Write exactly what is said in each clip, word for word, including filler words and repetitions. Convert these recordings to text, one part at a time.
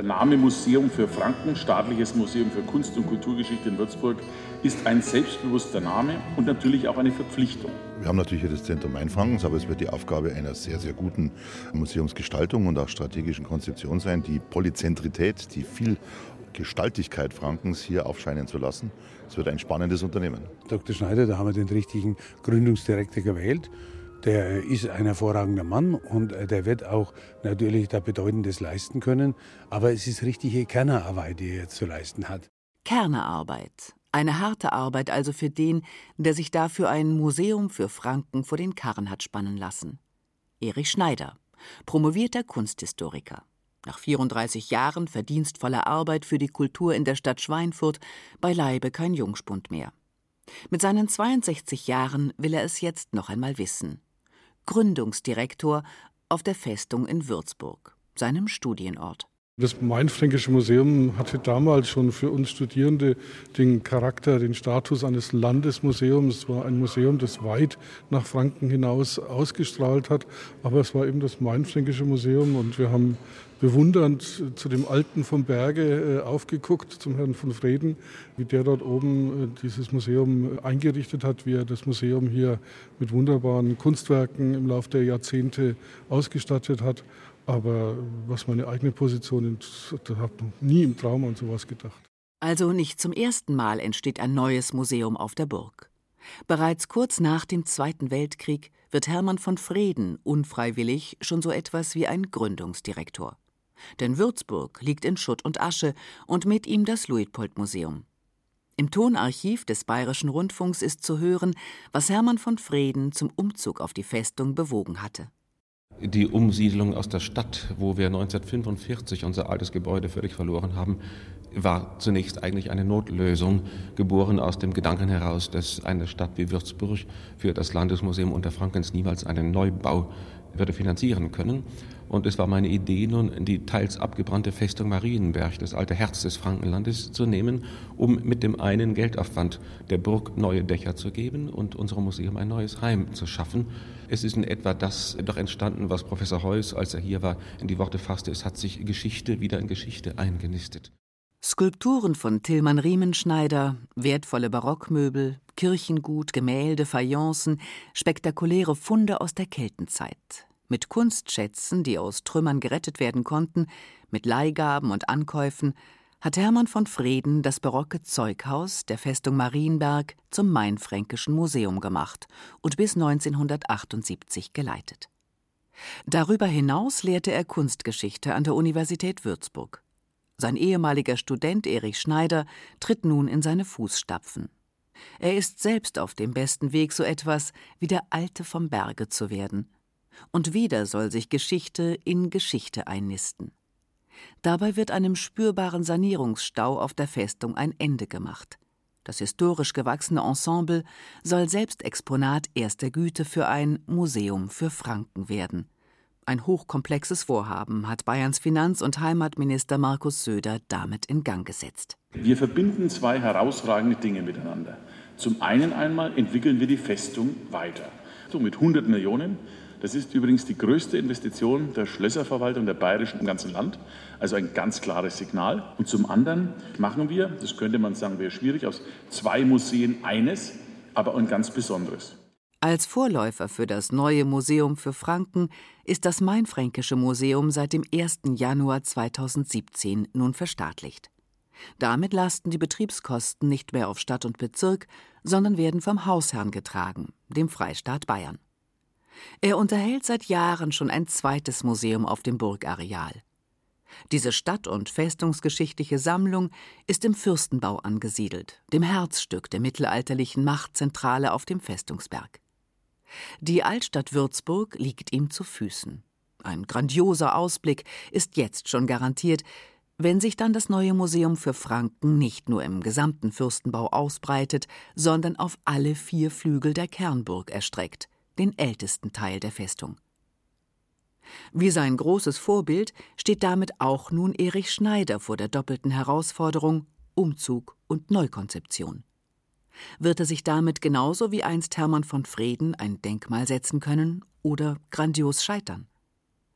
Der Name Museum für Franken, Staatliches Museum für Kunst und Kulturgeschichte in Würzburg, ist ein selbstbewusster Name und natürlich auch eine Verpflichtung. Wir haben natürlich hier das Zentrum Mainfrankens, aber es wird die Aufgabe einer sehr, sehr guten Museumsgestaltung und auch strategischen Konzeption sein, die Polyzentrität, die Vielgestaltigkeit Frankens hier aufscheinen zu lassen. Es wird ein spannendes Unternehmen. Doktor Schneider, da haben wir den richtigen Gründungsdirektor gewählt. Der ist ein hervorragender Mann und der wird auch natürlich da Bedeutendes leisten können. Aber es ist richtige Kernerarbeit, die er jetzt zu leisten hat. Kernerarbeit. Eine harte Arbeit also für den, der sich dafür ein Museum für Franken vor den Karren hat spannen lassen. Erich Schneider, promovierter Kunsthistoriker. Nach vierunddreißig Jahren verdienstvoller Arbeit für die Kultur in der Stadt Schweinfurt beileibe kein Jungspund mehr. Mit seinen zweiundsechzig Jahren will er es jetzt noch einmal wissen. Gründungsdirektor auf der Festung in Würzburg, seinem Studienort. Das Mainfränkische Museum hatte damals schon für uns Studierende den Charakter, den Status eines Landesmuseums. Es war ein Museum, das weit nach Franken hinaus ausgestrahlt hat. Aber es war eben das Mainfränkische Museum und wir haben bewundernd zu dem Alten vom Berge aufgeguckt, zum Herrn von Freden, wie der dort oben dieses Museum eingerichtet hat, wie er das Museum hier mit wunderbaren Kunstwerken im Laufe der Jahrzehnte ausgestattet hat. Aber was meine eigene Position ist, da habe ich nie im Traum an sowas gedacht. Also nicht zum ersten Mal entsteht ein neues Museum auf der Burg. Bereits kurz nach dem Zweiten Weltkrieg wird Hermann von Freden unfreiwillig schon so etwas wie ein Gründungsdirektor. Denn Würzburg liegt in Schutt und Asche und mit ihm das Luitpold-Museum. Im Tonarchiv des Bayerischen Rundfunks ist zu hören, was Hermann von Freden zum Umzug auf die Festung bewogen hatte. Die Umsiedlung aus der Stadt, wo wir neunzehnhundertfünfundvierzig unser altes Gebäude völlig verloren haben, war zunächst eigentlich eine Notlösung, geboren aus dem Gedanken heraus, dass eine Stadt wie Würzburg für das Landesmuseum Unterfrankens niemals einen Neubau würde finanzieren können. Und es war meine Idee, nun die teils abgebrannte Festung Marienberg, das alte Herz des Frankenlandes, zu nehmen, um mit dem einen Geldaufwand der Burg neue Dächer zu geben und unserem Museum ein neues Heim zu schaffen. Es ist in etwa das doch entstanden, was Professor Heuss, als er hier war, in die Worte fasste. Es hat sich Geschichte wieder in Geschichte eingenistet. Skulpturen von Tilman Riemenschneider, wertvolle Barockmöbel, Kirchengut, Gemälde, Fayencen, spektakuläre Funde aus der Keltenzeit. Mit Kunstschätzen, die aus Trümmern gerettet werden konnten, mit Leihgaben und Ankäufen, hat Hermann von Freden das barocke Zeughaus der Festung Marienberg zum Mainfränkischen Museum gemacht und bis neunzehnhundertachtundsiebzig geleitet. Darüber hinaus lehrte er Kunstgeschichte an der Universität Würzburg. Sein ehemaliger Student Erich Schneider tritt nun in seine Fußstapfen. Er ist selbst auf dem besten Weg, so etwas wie der Alte vom Berge zu werden. Und wieder soll sich Geschichte in Geschichte einnisten. Dabei wird einem spürbaren Sanierungsstau auf der Festung ein Ende gemacht. Das historisch gewachsene Ensemble soll selbst Exponat erster Güte für ein Museum für Franken werden. Ein hochkomplexes Vorhaben hat Bayerns Finanz- und Heimatminister Markus Söder damit in Gang gesetzt. Wir verbinden zwei herausragende Dinge miteinander. Zum einen einmal entwickeln wir die Festung weiter. So mit hundert Millionen. Das ist übrigens die größte Investition der Schlösserverwaltung der Bayerischen im ganzen Land. Also ein ganz klares Signal. Und zum anderen machen wir, das könnte man sagen, wäre schwierig, aus zwei Museen eines, aber ein ganz besonderes. Als Vorläufer für das neue Museum für Franken ist das Mainfränkische Museum seit dem ersten Januar zweitausendsiebzehn nun verstaatlicht. Damit lasten die Betriebskosten nicht mehr auf Stadt und Bezirk, sondern werden vom Hausherrn getragen, dem Freistaat Bayern. Er unterhält seit Jahren schon ein zweites Museum auf dem Burgareal. Diese stadt- und festungsgeschichtliche Sammlung ist im Fürstenbau angesiedelt, dem Herzstück der mittelalterlichen Machtzentrale auf dem Festungsberg. Die Altstadt Würzburg liegt ihm zu Füßen. Ein grandioser Ausblick ist jetzt schon garantiert, wenn sich dann das neue Museum für Franken nicht nur im gesamten Fürstenbau ausbreitet, sondern auf alle vier Flügel der Kernburg erstreckt, den ältesten Teil der Festung. Wie sein großes Vorbild steht damit auch nun Erich Schneider vor der doppelten Herausforderung Umzug und Neukonzeption. Wird er sich damit genauso wie einst Hermann von Freden ein Denkmal setzen können oder grandios scheitern?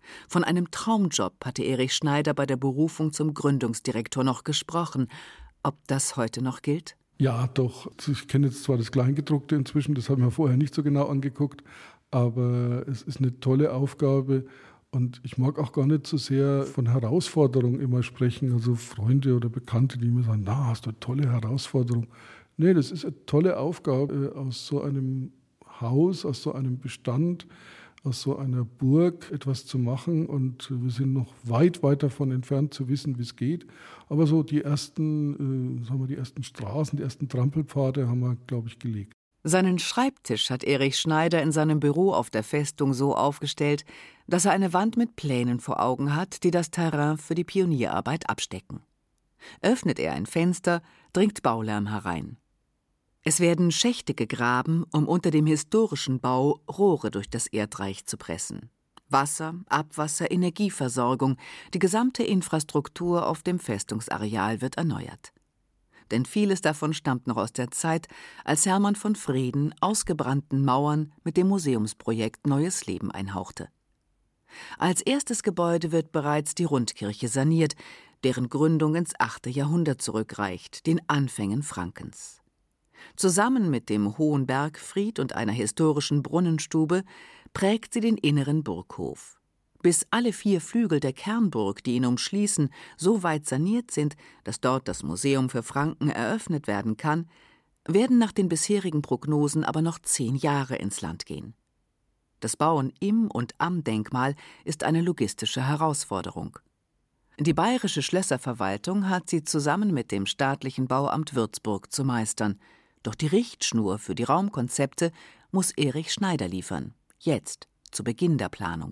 Von einem Traumjob hatte Erich Schneider bei der Berufung zum Gründungsdirektor noch gesprochen. Ob das heute noch gilt? Ja, doch. Ich kenne jetzt zwar das Kleingedruckte inzwischen, das haben wir vorher nicht so genau angeguckt, aber es ist eine tolle Aufgabe und ich mag auch gar nicht so sehr von Herausforderungen immer sprechen, also Freunde oder Bekannte, die mir sagen, na, hast du eine tolle Herausforderung. Nee, das ist eine tolle Aufgabe, aus so einem Haus, aus so einem Bestand, aus so einer Burg etwas zu machen und wir sind noch weit, weit davon entfernt zu wissen, wie es geht. Aber so die ersten, äh, sagen wir, die ersten Straßen, die ersten Trampelpfade haben wir, glaube ich, gelegt. Seinen Schreibtisch hat Erich Schneider in seinem Büro auf der Festung so aufgestellt, dass er eine Wand mit Plänen vor Augen hat, die das Terrain für die Pionierarbeit abstecken. Öffnet er ein Fenster, dringt Baulärm herein. Es werden Schächte gegraben, um unter dem historischen Bau Rohre durch das Erdreich zu pressen. Wasser, Abwasser, Energieversorgung, die gesamte Infrastruktur auf dem Festungsareal wird erneuert. Denn vieles davon stammt noch aus der Zeit, als Hermann von Frieden ausgebrannten Mauern mit dem Museumsprojekt neues Leben einhauchte. Als erstes Gebäude wird bereits die Rundkirche saniert, deren Gründung ins achte Jahrhundert zurückreicht, den Anfängen Frankens. Zusammen mit dem Hohen Bergfried und einer historischen Brunnenstube prägt sie den inneren Burghof. Bis alle vier Flügel der Kernburg, die ihn umschließen, so weit saniert sind, dass dort das Museum für Franken eröffnet werden kann, werden nach den bisherigen Prognosen aber noch zehn Jahre ins Land gehen. Das Bauen im und am Denkmal ist eine logistische Herausforderung. Die bayerische Schlösserverwaltung hat sie zusammen mit dem staatlichen Bauamt Würzburg zu meistern. Doch die Richtschnur für die Raumkonzepte muss Erich Schneider liefern, jetzt, zu Beginn der Planung.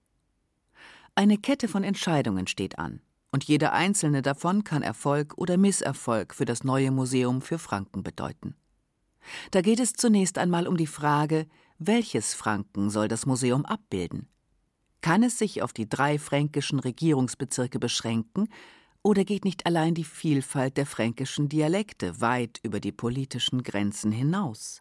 Eine Kette von Entscheidungen steht an, und jede einzelne davon kann Erfolg oder Misserfolg für das neue Museum für Franken bedeuten. Da geht es zunächst einmal um die Frage, welches Franken soll das Museum abbilden? Kann es sich auf die drei fränkischen Regierungsbezirke beschränken, oder geht nicht allein die Vielfalt der fränkischen Dialekte weit über die politischen Grenzen hinaus?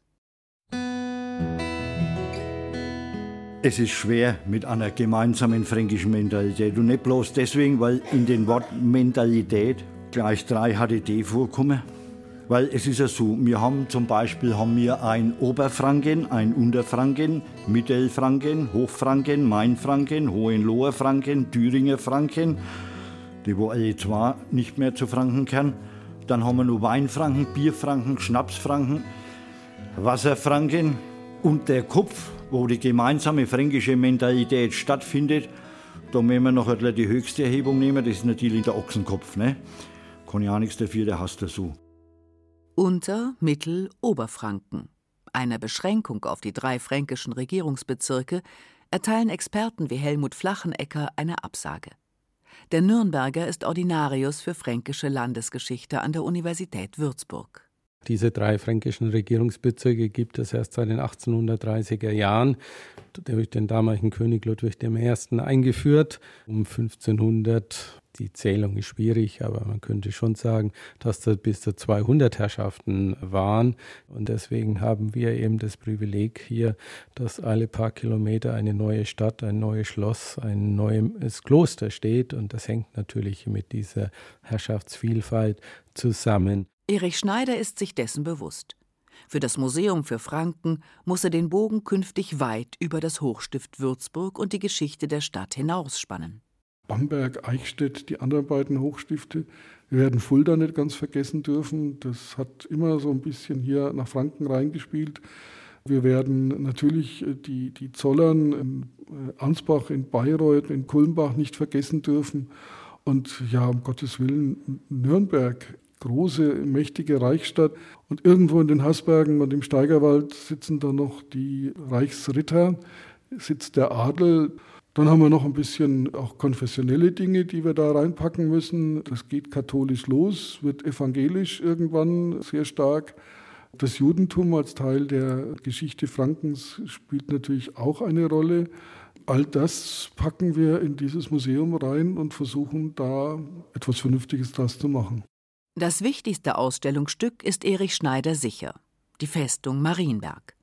Es ist schwer mit einer gemeinsamen fränkischen Mentalität. Und nicht bloß deswegen, weil in den Wort Mentalität gleich drei H D D vorkommen. Weil es ist ja so, wir haben zum Beispiel haben wir ein Oberfranken, ein Unterfranken, Mittelfranken, Hochfranken, Mainfranken, Hohenloher Franken, Thüringer Franken, die wo alle zwei nicht mehr zu Franken kennen. Dann haben wir noch Weinfranken, Bierfranken, Schnapsfranken, Wasserfranken und der Kopf, wo die gemeinsame fränkische Mentalität stattfindet. Da müssen wir noch die höchste Erhebung nehmen, das ist natürlich der Ochsenkopf. Ne? Kann ja auch nichts dafür, der hasst das so. Unter-, Mittel-, Oberfranken. Einer Beschränkung auf die drei fränkischen Regierungsbezirke erteilen Experten wie Helmut Flachenecker eine Absage. Der Nürnberger ist Ordinarius für fränkische Landesgeschichte an der Universität Würzburg. Diese drei fränkischen Regierungsbezirke gibt es erst seit den achtzehnhundertdreißiger Jahren, durch den damaligen König Ludwig der Erste eingeführt. Um fünfzehnhundert, die Zählung ist schwierig, aber man könnte schon sagen, dass da bis zu zweihundert Herrschaften waren. Und deswegen haben wir eben das Privileg hier, dass alle paar Kilometer eine neue Stadt, ein neues Schloss, ein neues Kloster steht. Und das hängt natürlich mit dieser Herrschaftsvielfalt zusammen. Erich Schneider ist sich dessen bewusst. Für das Museum für Franken muss er den Bogen künftig weit über das Hochstift Würzburg und die Geschichte der Stadt hinausspannen. Bamberg, Eichstätt, die anderen beiden Hochstifte. Wir werden Fulda nicht ganz vergessen dürfen. Das hat immer so ein bisschen hier nach Franken reingespielt. Wir werden natürlich die, die Zollern in Ansbach, in Bayreuth, in Kulmbach nicht vergessen dürfen. Und ja, um Gottes Willen, Nürnberg, große, mächtige Reichsstadt. Und irgendwo in den Haßbergen und im Steigerwald sitzen da noch die Reichsritter, sitzt der Adel. Dann haben wir noch ein bisschen auch konfessionelle Dinge, die wir da reinpacken müssen. Das geht katholisch los, wird evangelisch irgendwann sehr stark. Das Judentum als Teil der Geschichte Frankens spielt natürlich auch eine Rolle. All das packen wir in dieses Museum rein und versuchen da etwas Vernünftiges draus zu machen. Das wichtigste Ausstellungsstück ist Erich Schneider sicher: die Festung Marienberg.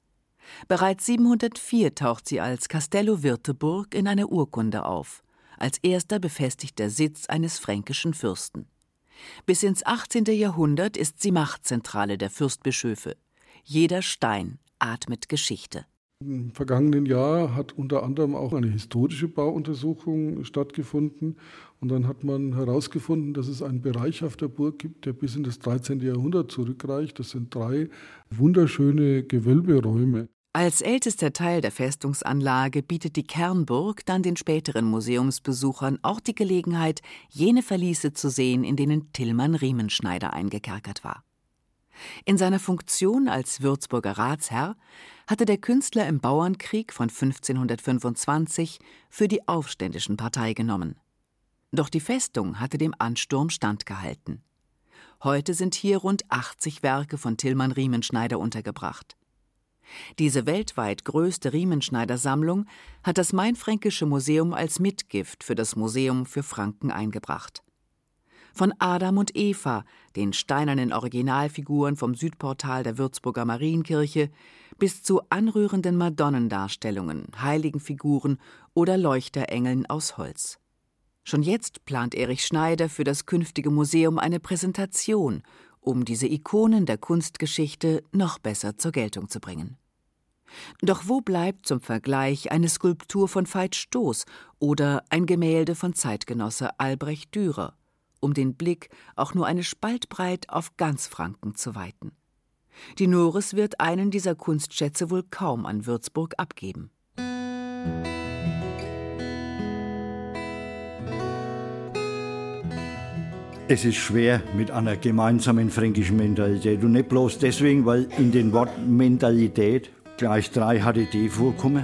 Bereits siebenhundertvier taucht sie als Castello Wirteburg in einer Urkunde auf, als erster befestigter Sitz eines fränkischen Fürsten. Bis ins achtzehnte Jahrhundert ist sie Machtzentrale der Fürstbischöfe. Jeder Stein atmet Geschichte. Im vergangenen Jahr hat unter anderem auch eine historische Bauuntersuchung stattgefunden. Und dann hat man herausgefunden, dass es einen Bereich auf der Burg gibt, der bis in das dreizehnte Jahrhundert zurückreicht. Das sind drei wunderschöne Gewölberäume. Als ältester Teil der Festungsanlage bietet die Kernburg dann den späteren Museumsbesuchern auch die Gelegenheit, jene Verliese zu sehen, in denen Tilman Riemenschneider eingekerkert war. In seiner Funktion als Würzburger Ratsherr hatte der Künstler im Bauernkrieg von fünfzehnhundertfünfundzwanzig für die Aufständischen Partei genommen. Doch die Festung hatte dem Ansturm standgehalten. Heute sind hier rund achtzig Werke von Tilman Riemenschneider untergebracht. Diese weltweit größte Riemenschneider-Sammlung hat das Mainfränkische Museum als Mitgift für das Museum für Franken eingebracht. Von Adam und Eva, den steinernen Originalfiguren vom Südportal der Würzburger Marienkirche, bis zu anrührenden Madonnendarstellungen, Heiligenfiguren oder Leuchterengeln aus Holz. Schon jetzt plant Erich Schneider für das künftige Museum eine Präsentation, um diese Ikonen der Kunstgeschichte noch besser zur Geltung zu bringen. Doch wo bleibt zum Vergleich eine Skulptur von Veit Stoß oder ein Gemälde von Zeitgenosse Albrecht Dürer, um den Blick auch nur eine Spaltbreit auf ganz Franken zu weiten? Die Nores wird einen dieser Kunstschätze wohl kaum an Würzburg abgeben. Es ist schwer mit einer gemeinsamen fränkischen Mentalität. Und nicht bloß deswegen, weil in den Wort Mentalität gleich drei H D D vorkommen.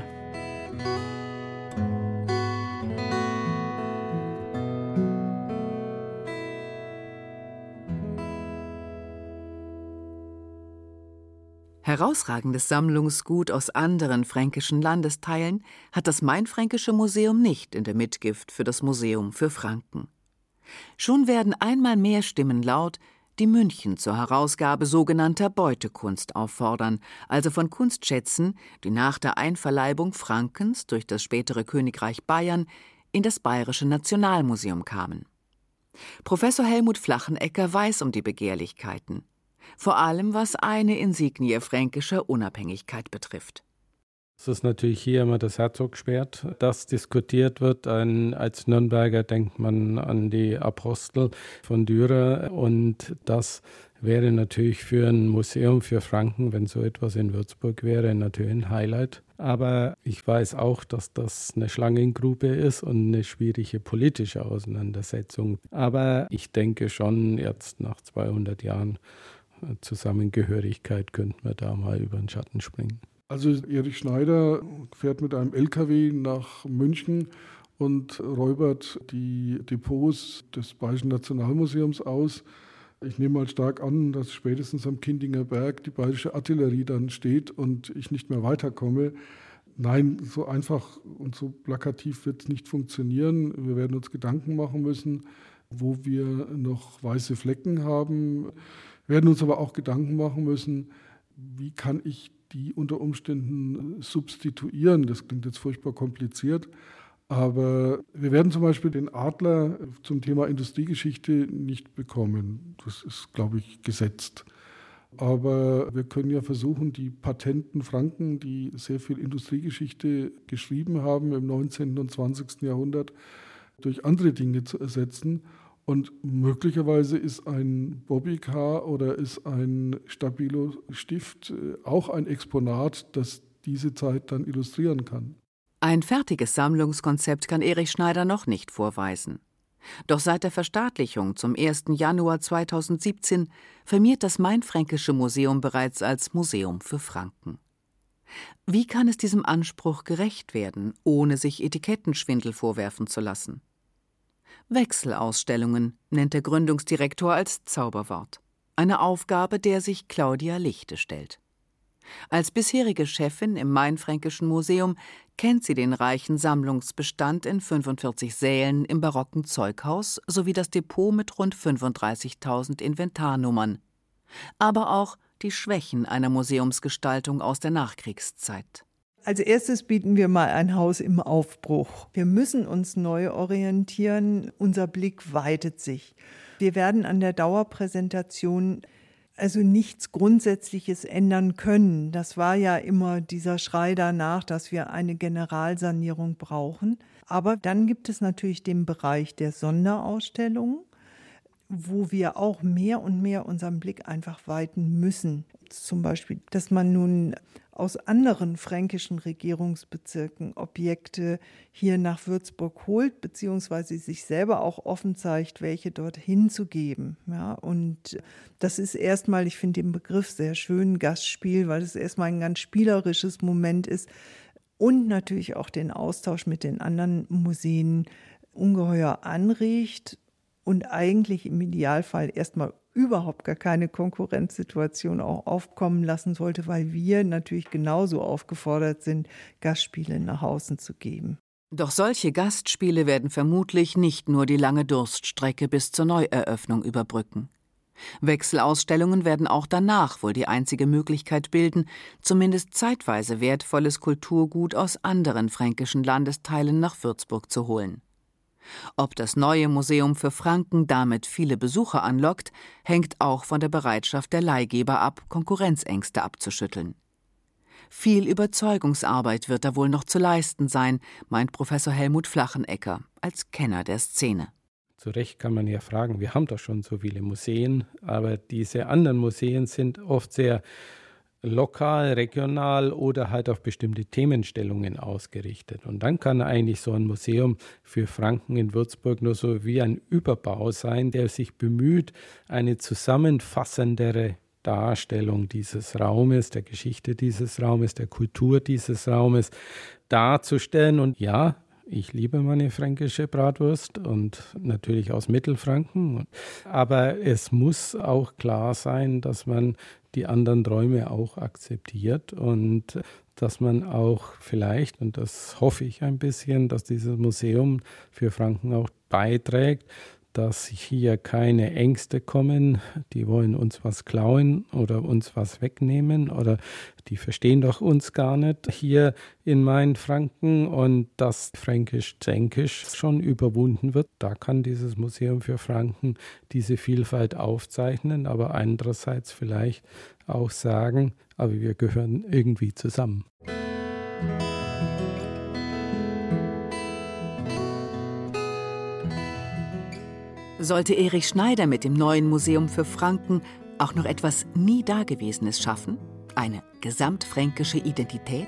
Herausragendes Sammlungsgut aus anderen fränkischen Landesteilen hat das Mainfränkische Museum nicht in der Mitgift für das Museum für Franken. Schon werden einmal mehr Stimmen laut, die München zur Herausgabe sogenannter Beutekunst auffordern, also von Kunstschätzen, die nach der Einverleibung Frankens durch das spätere Königreich Bayern in das Bayerische Nationalmuseum kamen. Professor Helmut Flachenecker weiß um die Begehrlichkeiten, vor allem was eine Insignie fränkischer Unabhängigkeit betrifft. Es ist natürlich hier immer das Herzogsschwert, das diskutiert wird. Ein, als Nürnberger denkt man an die Apostel von Dürer, und das wäre natürlich für ein Museum für Franken, wenn so etwas in Würzburg wäre, natürlich ein Highlight. Aber ich weiß auch, dass das eine Schlangengrube ist und eine schwierige politische Auseinandersetzung. Aber ich denke schon, jetzt nach zweihundert Jahren Zusammengehörigkeit könnten wir da mal über den Schatten springen. Also Erich Schneider fährt mit einem L K W nach München und räubert die Depots des Bayerischen Nationalmuseums aus. Ich nehme mal stark an, dass spätestens am Kindinger Berg die bayerische Artillerie dann steht und ich nicht mehr weiterkomme. Nein, so einfach und so plakativ wird es nicht funktionieren. Wir werden uns Gedanken machen müssen, wo wir noch weiße Flecken haben. Wir werden uns aber auch Gedanken machen müssen, wie kann ich die unter Umständen substituieren. Das klingt jetzt furchtbar kompliziert, aber wir werden zum Beispiel den Adler zum Thema Industriegeschichte nicht bekommen. Das ist, glaube ich, gesetzt. Aber wir können ja versuchen, die patenten Franken, die sehr viel Industriegeschichte geschrieben haben im neunzehnten und zwanzigsten Jahrhundert, durch andere Dinge zu ersetzen. Und möglicherweise ist ein Bobbycar oder ist ein Stabilo-Stift auch ein Exponat, das diese Zeit dann illustrieren kann. Ein fertiges Sammlungskonzept kann Erich Schneider noch nicht vorweisen. Doch seit der Verstaatlichung zum ersten Januar zweitausendsiebzehn firmiert das Mainfränkische Museum bereits als Museum für Franken. Wie kann es diesem Anspruch gerecht werden, ohne sich Etikettenschwindel vorwerfen zu lassen? Wechselausstellungen nennt der Gründungsdirektor als Zauberwort. Eine Aufgabe, der sich Claudia Lichte stellt. Als bisherige Chefin im Mainfränkischen Museum kennt sie den reichen Sammlungsbestand in fünfundvierzig Sälen im barocken Zeughaus sowie das Depot mit rund fünfunddreißigtausend Inventarnummern. Aber auch die Schwächen einer Museumsgestaltung aus der Nachkriegszeit. Als erstes bieten wir mal ein Haus im Aufbruch. Wir müssen uns neu orientieren, unser Blick weitet sich. Wir werden an der Dauerpräsentation also nichts Grundsätzliches ändern können. Das war ja immer dieser Schrei danach, dass wir eine Generalsanierung brauchen. Aber dann gibt es natürlich den Bereich der Sonderausstellungen, wo wir auch mehr und mehr unseren Blick einfach weiten müssen. Zum Beispiel, dass man nun aus anderen fränkischen Regierungsbezirken Objekte hier nach Würzburg holt, beziehungsweise sich selber auch offen zeigt, welche dorthin zu geben. Ja, und das ist erstmal, ich finde den Begriff sehr schön, Gastspiel, weil es erstmal ein ganz spielerisches Moment ist und natürlich auch den Austausch mit den anderen Museen ungeheuer anregt und eigentlich im Idealfall erstmal überhaupt gar keine Konkurrenzsituation auch aufkommen lassen sollte, weil wir natürlich genauso aufgefordert sind, Gastspiele nach außen zu geben. Doch solche Gastspiele werden vermutlich nicht nur die lange Durststrecke bis zur Neueröffnung überbrücken. Wechselausstellungen werden auch danach wohl die einzige Möglichkeit bilden, zumindest zeitweise wertvolles Kulturgut aus anderen fränkischen Landesteilen nach Würzburg zu holen. Ob das neue Museum für Franken damit viele Besucher anlockt, hängt auch von der Bereitschaft der Leihgeber ab, Konkurrenzängste abzuschütteln. Viel Überzeugungsarbeit wird da wohl noch zu leisten sein, meint Professor Helmut Flachenecker als Kenner der Szene. Zu Recht kann man ja fragen, wir haben doch schon so viele Museen, aber diese anderen Museen sind oft sehr lokal, regional oder halt auf bestimmte Themenstellungen ausgerichtet. Und dann kann eigentlich so ein Museum für Franken in Würzburg nur so wie ein Überbau sein, der sich bemüht, eine zusammenfassendere Darstellung dieses Raumes, der Geschichte dieses Raumes, der Kultur dieses Raumes darzustellen. Und ja, ich liebe meine fränkische Bratwurst und natürlich aus Mittelfranken. Aber es muss auch klar sein, dass man die anderen Räume auch akzeptiert und dass man auch vielleicht, und das hoffe ich ein bisschen, dass dieses Museum für Franken auch beiträgt, dass hier keine Ängste kommen, die wollen uns was klauen oder uns was wegnehmen oder die verstehen doch uns gar nicht hier in Mainfranken und dass Fränkisch-Zänkisch schon überwunden wird. Da kann dieses Museum für Franken diese Vielfalt aufzeichnen, aber andererseits vielleicht auch sagen, aber wir gehören irgendwie zusammen. Sollte Erich Schneider mit dem neuen Museum für Franken auch noch etwas nie Dagewesenes schaffen? Eine gesamtfränkische Identität?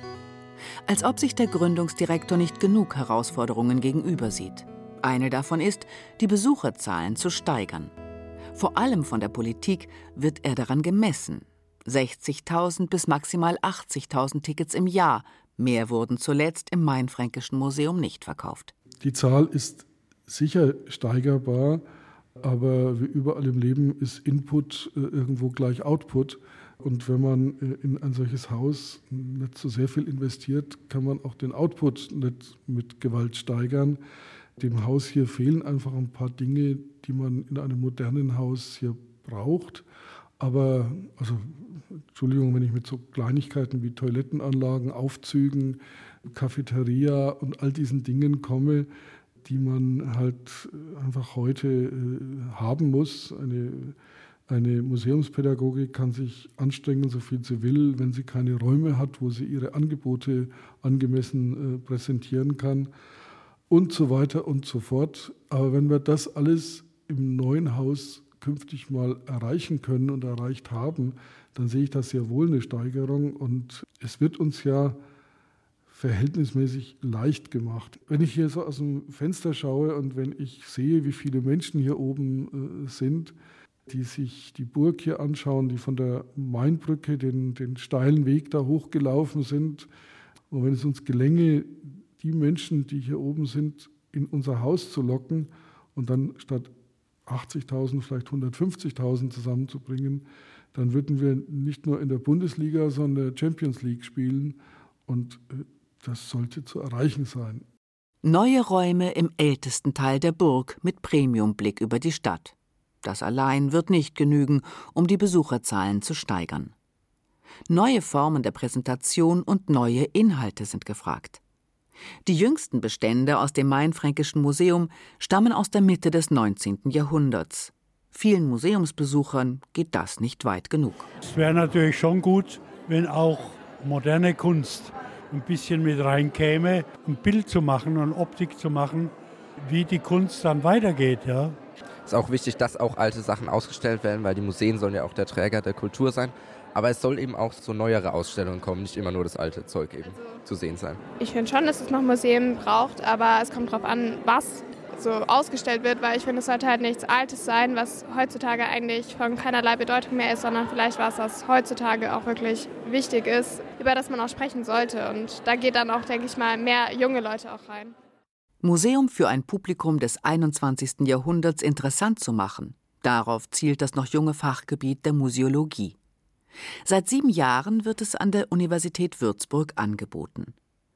Als ob sich der Gründungsdirektor nicht genug Herausforderungen gegenüber sieht. Eine davon ist, die Besucherzahlen zu steigern. Vor allem von der Politik wird er daran gemessen. sechzigtausend bis maximal achtzigtausend Tickets im Jahr. Mehr wurden zuletzt im Mainfränkischen Museum nicht verkauft. Die Zahl ist sicher steigerbar, aber wie überall im Leben ist Input äh, irgendwo gleich Output. Und wenn man äh, in ein solches Haus nicht so sehr viel investiert, kann man auch den Output nicht mit Gewalt steigern. Dem Haus hier fehlen einfach ein paar Dinge, die man in einem modernen Haus hier braucht. Aber, also, Entschuldigung, wenn ich mit so Kleinigkeiten wie Toilettenanlagen, Aufzügen, Cafeteria und all diesen Dingen komme, die man halt einfach heute äh, haben muss. Eine, eine Museumspädagogik kann sich anstrengen, so viel sie will, wenn sie keine Räume hat, wo sie ihre Angebote angemessen äh, präsentieren kann und so weiter und so fort. Aber wenn wir das alles im neuen Haus künftig mal erreichen können und erreicht haben, dann sehe ich das sehr wohl eine Steigerung und es wird uns ja verhältnismäßig leicht gemacht. Wenn ich hier so aus dem Fenster schaue und wenn ich sehe, wie viele Menschen hier oben äh, sind, die sich die Burg hier anschauen, die von der Mainbrücke den, den steilen Weg da hochgelaufen sind, und wenn es uns gelänge, die Menschen, die hier oben sind, in unser Haus zu locken und dann statt achtzigtausend vielleicht hundertfünfzigtausend zusammenzubringen, dann würden wir nicht nur in der Bundesliga, sondern in der Champions League spielen und äh, das sollte zu erreichen sein. Neue Räume im ältesten Teil der Burg mit Premiumblick über die Stadt. Das allein wird nicht genügen, um die Besucherzahlen zu steigern. Neue Formen der Präsentation und neue Inhalte sind gefragt. Die jüngsten Bestände aus dem Mainfränkischen Museum stammen aus der Mitte des neunzehnten Jahrhunderts. Vielen Museumsbesuchern geht das nicht weit genug. Es wäre natürlich schon gut, wenn auch moderne Kunst ein bisschen mit reinkäme, ein Bild zu machen und Optik zu machen, wie die Kunst dann weitergeht. Ja. Es ist auch wichtig, dass auch alte Sachen ausgestellt werden, weil die Museen sollen ja auch der Träger der Kultur sein. Aber es soll eben auch so neuere Ausstellungen kommen, nicht immer nur das alte Zeug eben zu sehen sein. Ich finde schon, dass es noch Museen braucht, aber es kommt darauf an, was so ausgestellt wird, weil ich finde, es sollte halt nichts Altes sein, was heutzutage eigentlich von keinerlei Bedeutung mehr ist, sondern vielleicht was, was heutzutage auch wirklich wichtig ist, über das man auch sprechen sollte. Und da geht dann auch, denke ich mal, mehr junge Leute auch rein. Museum für ein Publikum des einundzwanzigsten Jahrhunderts interessant zu machen, darauf zielt das noch junge Fachgebiet der Museologie. Seit sieben Jahren wird es an der Universität Würzburg angeboten.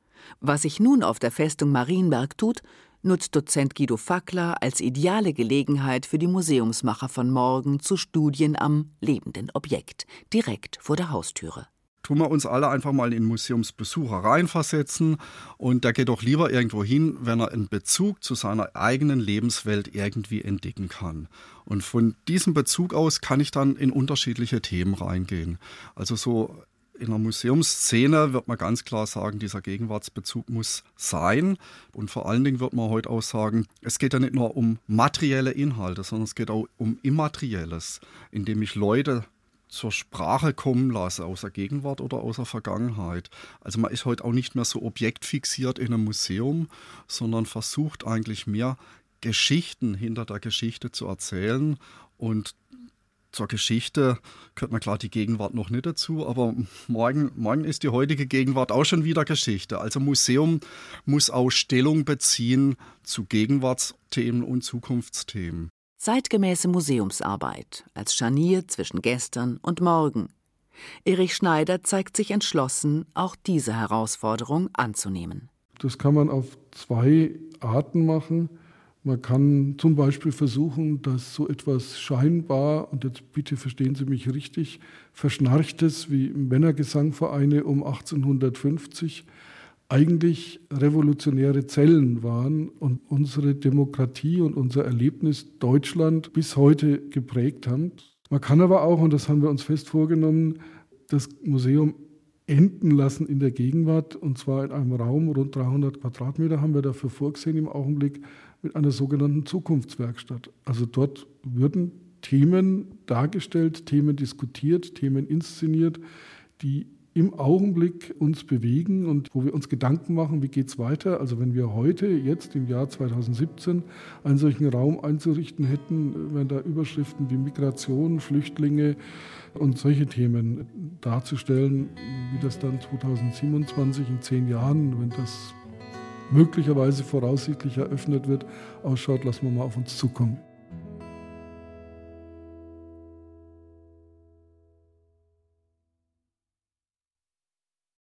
Was sich nun auf der Festung Marienberg tut, nutzt Dozent Guido Fackler als ideale Gelegenheit für die Museumsmacher von morgen zu Studien am lebenden Objekt, direkt vor der Haustüre. Tun wir uns alle einfach mal in Museumsbesucher reinversetzen und der geht doch lieber irgendwo hin, wenn er einen Bezug zu seiner eigenen Lebenswelt irgendwie entdecken kann. Und von diesem Bezug aus kann ich dann in unterschiedliche Themen reingehen. Also so in der Museumsszene wird man ganz klar sagen, dieser Gegenwartsbezug muss sein. Und vor allen Dingen wird man heute auch sagen, es geht ja nicht nur um materielle Inhalte, sondern es geht auch um Immaterielles, indem ich Leute zur Sprache kommen lasse, aus der Gegenwart oder aus der Vergangenheit. Also man ist heute auch nicht mehr so objektfixiert in einem Museum, sondern versucht eigentlich mehr Geschichten hinter der Geschichte zu erzählen. Und zur Geschichte gehört na klar die Gegenwart noch nicht dazu, aber morgen, morgen ist die heutige Gegenwart auch schon wieder Geschichte. Also Museum muss auch Stellung beziehen zu Gegenwartsthemen und Zukunftsthemen. Zeitgemäße Museumsarbeit als Scharnier zwischen gestern und morgen. Erich Schneider zeigt sich entschlossen, auch diese Herausforderung anzunehmen. Das kann man auf zwei Arten machen. Man kann zum Beispiel versuchen, dass so etwas scheinbar, und jetzt bitte verstehen Sie mich richtig, Verschnarchtes wie Männergesangvereine um achtzehnhundertfünfzig eigentlich revolutionäre Zellen waren und unsere Demokratie und unser Erlebnis Deutschland bis heute geprägt haben. Man kann aber auch, und das haben wir uns fest vorgenommen, das Museum enden lassen in der Gegenwart, und zwar in einem Raum, rund dreihundert Quadratmeter haben wir dafür vorgesehen im Augenblick, mit einer sogenannten Zukunftswerkstatt. Also dort würden Themen dargestellt, Themen diskutiert, Themen inszeniert, die im Augenblick uns bewegen und wo wir uns Gedanken machen, wie geht es weiter. Also wenn wir heute, jetzt im Jahr zweitausendsiebzehn, einen solchen Raum einzurichten hätten, wären da Überschriften wie Migration, Flüchtlinge und solche Themen darzustellen, wie das dann zweitausendsiebenundzwanzig in zehn Jahren, wenn das möglicherweise voraussichtlich eröffnet wird, ausschaut, lassen wir mal auf uns zukommen.